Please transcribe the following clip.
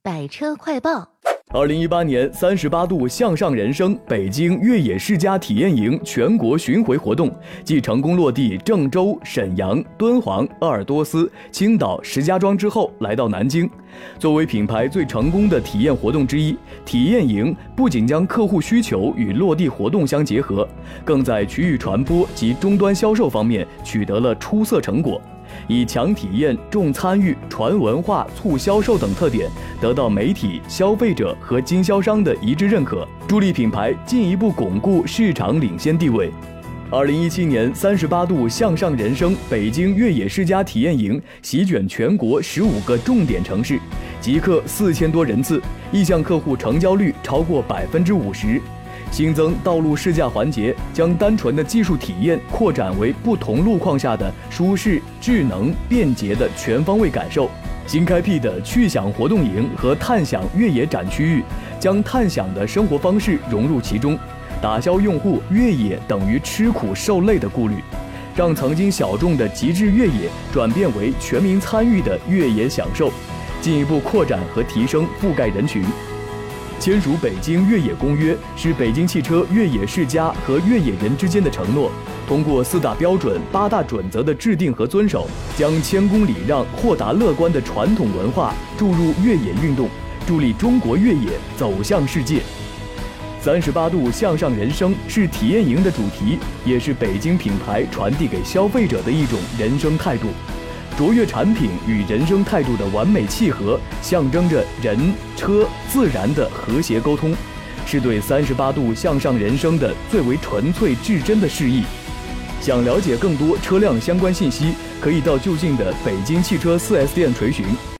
百车快报。 2018年38度向上人生北京越野世家体验营全国巡回活动继成功落地郑州、沈阳、敦煌、鄂尔多斯、青岛、石家庄之后，来到南京。作为品牌最成功的体验活动之一，体验营不仅将客户需求与落地活动相结合，更在区域传播及终端销售方面取得了出色成果。以强体验、重参与、传文化、促销售等特点，得到媒体、消费者和经销商的一致认可，助力品牌进一步巩固市场领先地位。2017年38度向上人生北京越野世家体验营席卷全国15个重点城市，集客4000多人次，意向客户成交率超过50%。新增道路试驾环节，将单纯的技术体验扩展为不同路况下的舒适、智能、便捷的全方位感受。新开辟的趣享活动营和探享越野展区域，将探享的生活方式融入其中，打消用户越野等于吃苦受累的顾虑，让曾经小众的极致越野转变为全民参与的越野享受，进一步扩展和提升覆盖人群。签署北京越野公约是北京汽车越野世家和越野人之间的承诺，通过4大标准、8大准则的制定和遵守，将谦恭礼让、豁达乐观的传统文化注入越野运动，助力中国越野走向世界。38度向上人生是体验营的主题，也是北京品牌传递给消费者的一种人生态度。卓越产品与人生态度的完美契合，象征着人、车、自然的和谐沟通，是对38度向上人生的最为纯粹至真的示意。想了解更多车辆相关信息，可以到就近的北京汽车 4S 店垂询。